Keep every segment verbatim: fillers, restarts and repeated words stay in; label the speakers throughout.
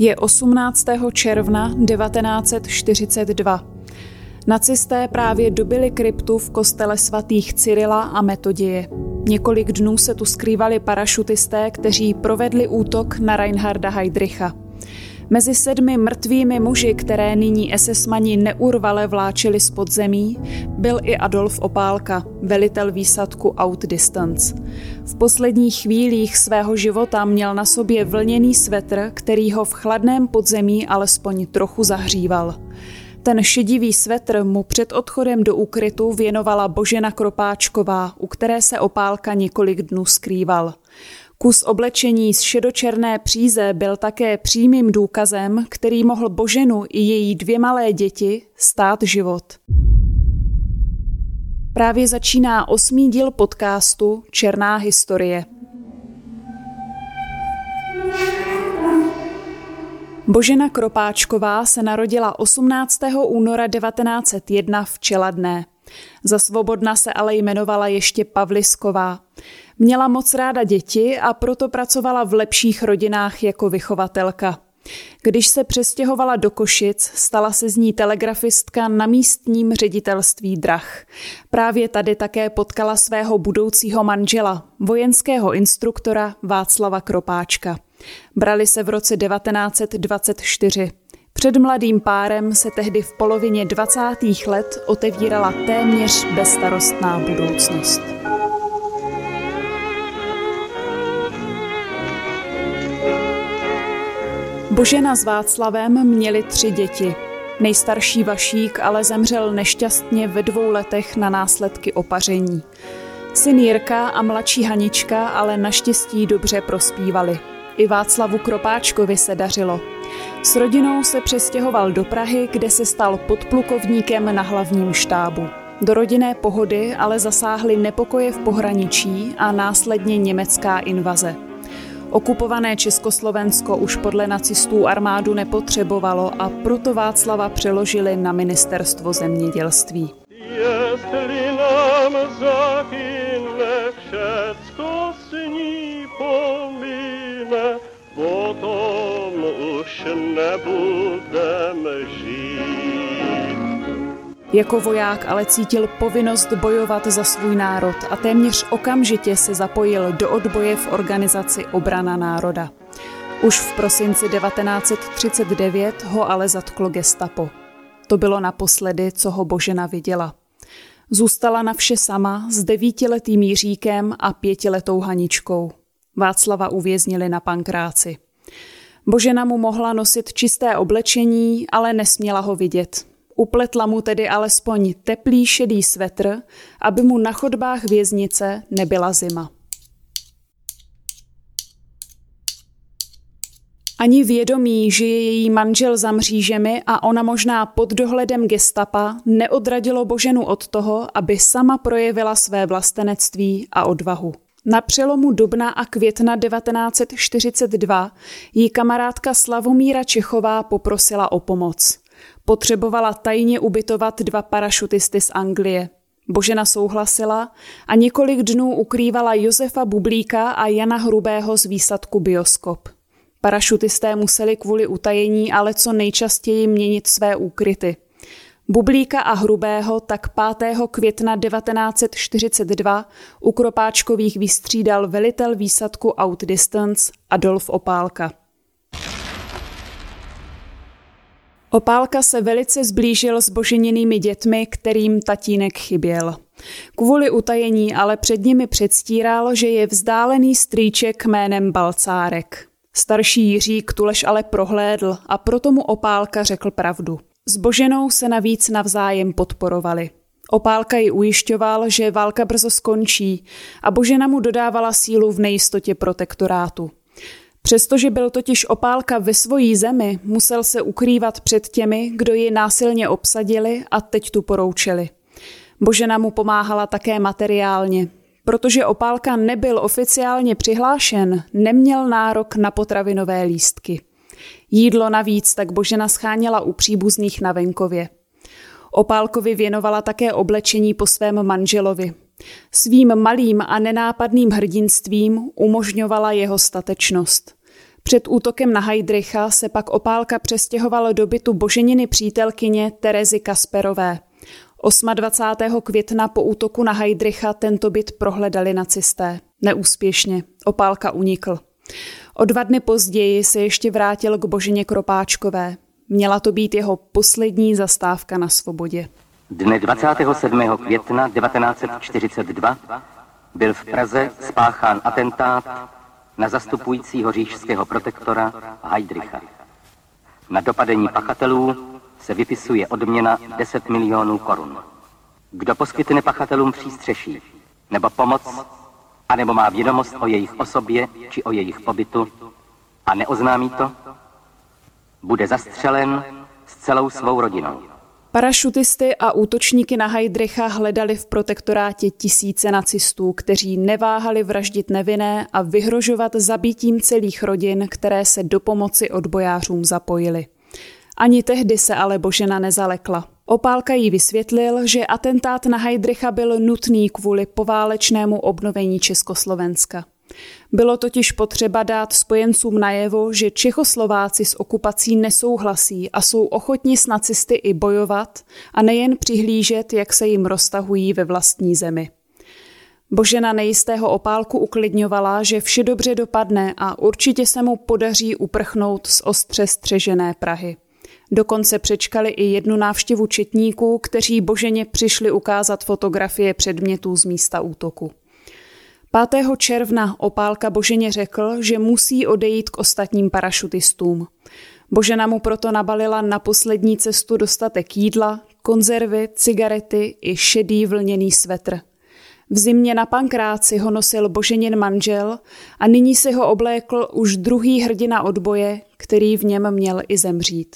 Speaker 1: Je osmnáctého června devatenáct set čtyřicet dva. Nacisté právě dobili kryptu v kostele svatých Cyrila a Metoděje. Několik dnů se tu skrývali parašutisté, kteří provedli útok na Reinharda Heydricha. Mezi sedmi mrtvými muži, které nyní esesmani neurvale vláčili z podzemí, byl i Adolf Opálka, velitel výsadku Outdistance. V posledních chvílích svého života měl na sobě vlněný svetr, který ho v chladném podzemí alespoň trochu zahříval. Ten šedivý svetr mu před odchodem do úkrytu věnovala Božena Kropáčková, u které se Opálka několik dnů skrýval. Kus oblečení z šedočerné příze byl také přímým důkazem, který mohl Boženu i její dvě malé děti stát život. Právě začíná osmý díl podcastu Černá historie. Božena Kropáčková se narodila osmnáctého února devatenáct set jedna v Čeladné. Za svobodna se ale jmenovala ještě Pavlisková. Měla moc ráda děti a proto pracovala v lepších rodinách jako vychovatelka. Když se přestěhovala do Košic, stala se z ní telegrafistka na místním ředitelství drah. Právě tady také potkala svého budoucího manžela, vojenského instruktora Václava Kropáčka. Brali se v roce devatenáct set dvacet čtyři. Před mladým párem se tehdy v polovině dvacátých let otevírala téměř bezstarostná budoucnost. Božena s Václavem měli tři děti. Nejstarší Vašík ale zemřel nešťastně ve dvou letech na následky opaření. Syn Jirka a mladší Hanička ale naštěstí dobře prospívali. I Václavu Kropáčkovi se dařilo. S rodinou se přestěhoval do Prahy, kde se stal podplukovníkem na hlavním štábu. Do rodinné pohody ale zasáhly nepokoje v pohraničí a následně německá invaze. Okupované Československo už podle nacistů armádu nepotřebovalo a proto Václava přeložili na ministerstvo zemědělství. Jestli nám zahyne, všecko s ní pomine, potom už nebudeme žít. Jako voják ale cítil povinnost bojovat za svůj národ a téměř okamžitě se zapojil do odboje v organizaci Obrana národa. Už v prosinci devatenáct set třicet devět ho ale zatklo gestapo. To bylo naposledy, co ho Božena viděla. Zůstala na vše sama s devítiletým Jiříkem a pětiletou Haničkou. Václava uvěznili na Pankráci. Božena mu mohla nosit čisté oblečení, ale nesměla ho vidět. Upletla mu tedy alespoň teplý šedý svetr, aby mu na chodbách věznice nebyla zima. Ani vědomí, že je její manžel za mřížemi a ona možná pod dohledem gestapa, neodradilo Boženu od toho, aby sama projevila své vlastenectví a odvahu. Na přelomu dubna a května devatenáct set čtyřicet dva jí kamarádka Slavomíra Čechová poprosila o pomoc. Potřebovala tajně ubytovat dva parašutisty z Anglie. Božena souhlasila a několik dnů ukrývala Josefa Bublíka a Jana Hrubého z výsadku Bioskop. Parašutisté museli kvůli utajení ale co nejčastěji měnit své úkryty. Bublíka a Hrubého tak pátého května devatenáct set čtyřicet dva u Kropáčkových vystřídal velitel výsadku Outdistance Adolf Opálka. Opálka se velice zblížil s Boženinými dětmi, kterým tatínek chyběl. Kvůli utajení ale před nimi předstíral, že je vzdálený strýček jménem Balcárek. Starší Jiřík tu lež ale prohlédl a proto mu Opálka řekl pravdu. S Boženou se navíc navzájem podporovali. Opálka ji ujišťoval, že válka brzo skončí a Božena mu dodávala sílu v nejistotě protektorátu. Přestože byl totiž Opálka ve svojí zemi, musel se ukrývat před těmi, kdo ji násilně obsadili a teď tu poroučeli. Božena mu pomáhala také materiálně. Protože Opálka nebyl oficiálně přihlášen, neměl nárok na potravinové lístky. Jídlo navíc tak Božena scháněla u příbuzných na venkově. Opálkovi věnovala také oblečení po svém manželovi. Svým malým a nenápadným hrdinstvím umožňovala jeho statečnost. Před útokem na Heydricha se pak Opálka přestěhoval do bytu Boženiny přítelkyně Terezy Kasperové. dvacátého osmého května po útoku na Heydricha tento byt prohledali nacisté. Neúspěšně. Opálka unikl. O dva dny později se ještě vrátil k Boženě Kropáčkové. Měla to být jeho poslední zastávka na svobodě.
Speaker 2: Dne dvacátého sedmého května devatenáct set čtyřicet dva byl v Praze spáchán atentát na zastupujícího říšského protektora Heydricha. Na dopadení pachatelů se vypisuje odměna deset milionů korun. Kdo poskytne pachatelům přístřeší nebo pomoc, anebo má vědomost o jejich osobě či o jejich pobytu a neoznámí to, bude zastřelen s celou svou rodinou.
Speaker 1: Parašutisty a útočníky na Heydricha hledali v protektorátě tisíce nacistů, kteří neváhali vraždit nevinné a vyhrožovat zabítím celých rodin, které se do pomoci odbojářům zapojily. Ani tehdy se ale Božena nezalekla. Opálka jí vysvětlil, že atentát na Heydricha byl nutný kvůli poválečnému obnovení Československa. Bylo totiž potřeba dát spojencům najevo, že Čechoslováci s okupací nesouhlasí a jsou ochotni s nacisty i bojovat a nejen přihlížet, jak se jim roztahují ve vlastní zemi. Božena nejistého Opálku uklidňovala, že vše dobře dopadne a určitě se mu podaří uprchnout z ostře střežené Prahy. Dokonce přečkali i jednu návštěvu četníků, kteří Boženě přišli ukázat fotografie předmětů z místa útoku. pátého června Opálka Boženě řekl, že musí odejít k ostatním parašutistům. Božena mu proto nabalila na poslední cestu dostatek jídla, konzervy, cigarety i šedý vlněný svetr. V zimě na Pankráci ho nosil Boženin manžel a nyní si ho oblékl už druhý hrdina odboje, který v něm měl i zemřít.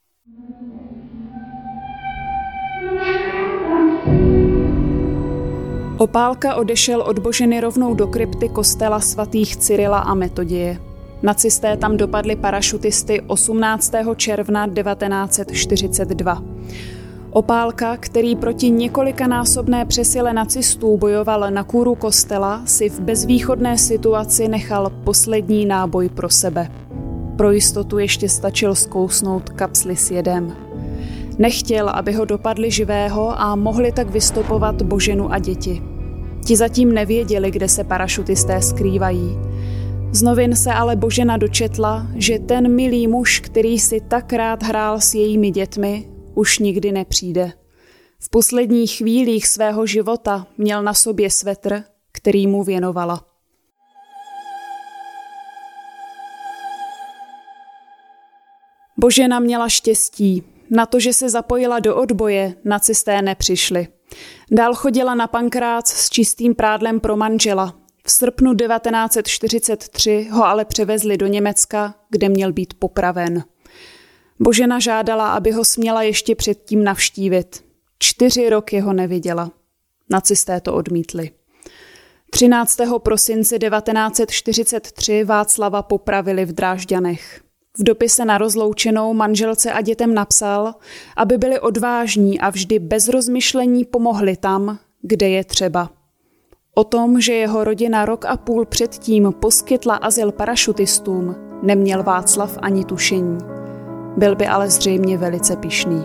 Speaker 1: Opálka odešel od Boženy rovnou do krypty kostela svatých Cyrila a Metoděje. Nacisté tam dopadli parašutisty osmnáctého června devatenáct set čtyřicet dva. Opálka, který proti několikanásobné přesile nacistů bojoval na kůru kostela, si v bezvýchodné situaci nechal poslední náboj pro sebe. Pro jistotu ještě stačil zkousnout kapsli s jedem. Nechtěl, aby ho dopadli živého a mohli tak vystopovat Boženu a děti. Ti zatím nevěděli, kde se parašutisté skrývají. Z novin se ale Božena dočetla, že ten milý muž, který si tak rád hrál s jejími dětmi, už nikdy nepřijde. V posledních chvílích svého života měl na sobě svetr, který mu věnovala. Božena měla štěstí. Na to, že se zapojila do odboje, nacisté nepřišli. Dál chodila na Pankrác s čistým prádlem pro manžela. V srpnu devatenáct set čtyřicet tři ho ale převezli do Německa, kde měl být popraven. Božena žádala, aby ho směla ještě předtím navštívit. Čtyři roky ho neviděla. Nacisté to odmítli. třináctého prosince devatenáct set čtyřicet tři Václava popravili v Drážďanech. V dopise na rozloučenou manželce a dětem napsal, aby byli odvážní a vždy bez rozmyšlení pomohli tam, kde je třeba. O tom, že jeho rodina rok a půl předtím poskytla azyl parašutistům, neměl Václav ani tušení. Byl by ale zřejmě velice pyšný.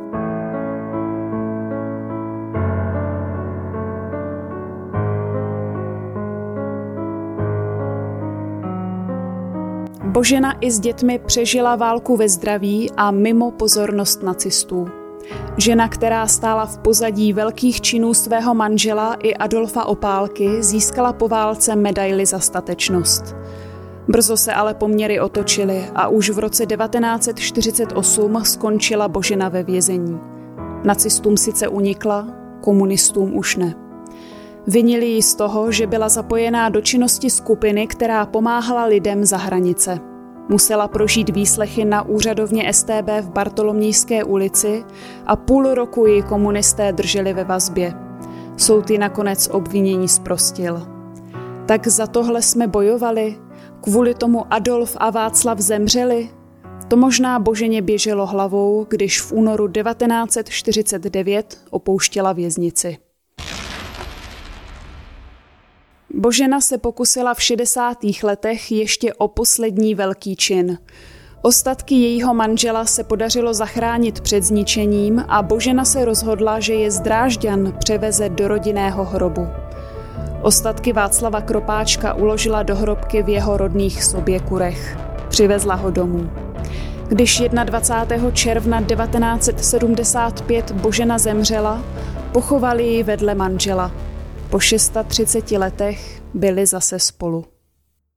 Speaker 1: Božena i s dětmi přežila válku ve zdraví a mimo pozornost nacistů. Žena, která stála v pozadí velkých činů svého manžela i Adolfa Opálky, získala po válce medaili za statečnost. Brzo se ale poměry otočily a už v roce devatenáct set čtyřicet osm skončila Božena ve vězení. Nacistům sice unikla, komunistům už ne. Vinili ji z toho, že byla zapojená do činnosti skupiny, která pomáhala lidem za hranice. Musela prožít výslechy na úřadovně S T B v Bartolomějské ulici a půl roku ji komunisté drželi ve vazbě. Soud ji nakonec obvinění zprostil. Tak za tohle jsme bojovali? Kvůli tomu Adolf a Václav zemřeli? To možná Boženě běželo hlavou, když v únoru devatenáct set čtyřicet devět opouštěla věznici. Božena se pokusila v šedesátých letech ještě o poslední velký čin. Ostatky jejího manžela se podařilo zachránit před zničením a Božena se rozhodla, že je z Drážďan převeze do rodinného hrobu. Ostatky Václava Kropáčka uložila do hrobky v jeho rodných Soběkurech. Přivezla ho domů. Když dvacátého prvního června devatenáct set sedmdesát pět Božena zemřela, pochovali ji vedle manžela. Po třiceti šesti letech byli zase spolu.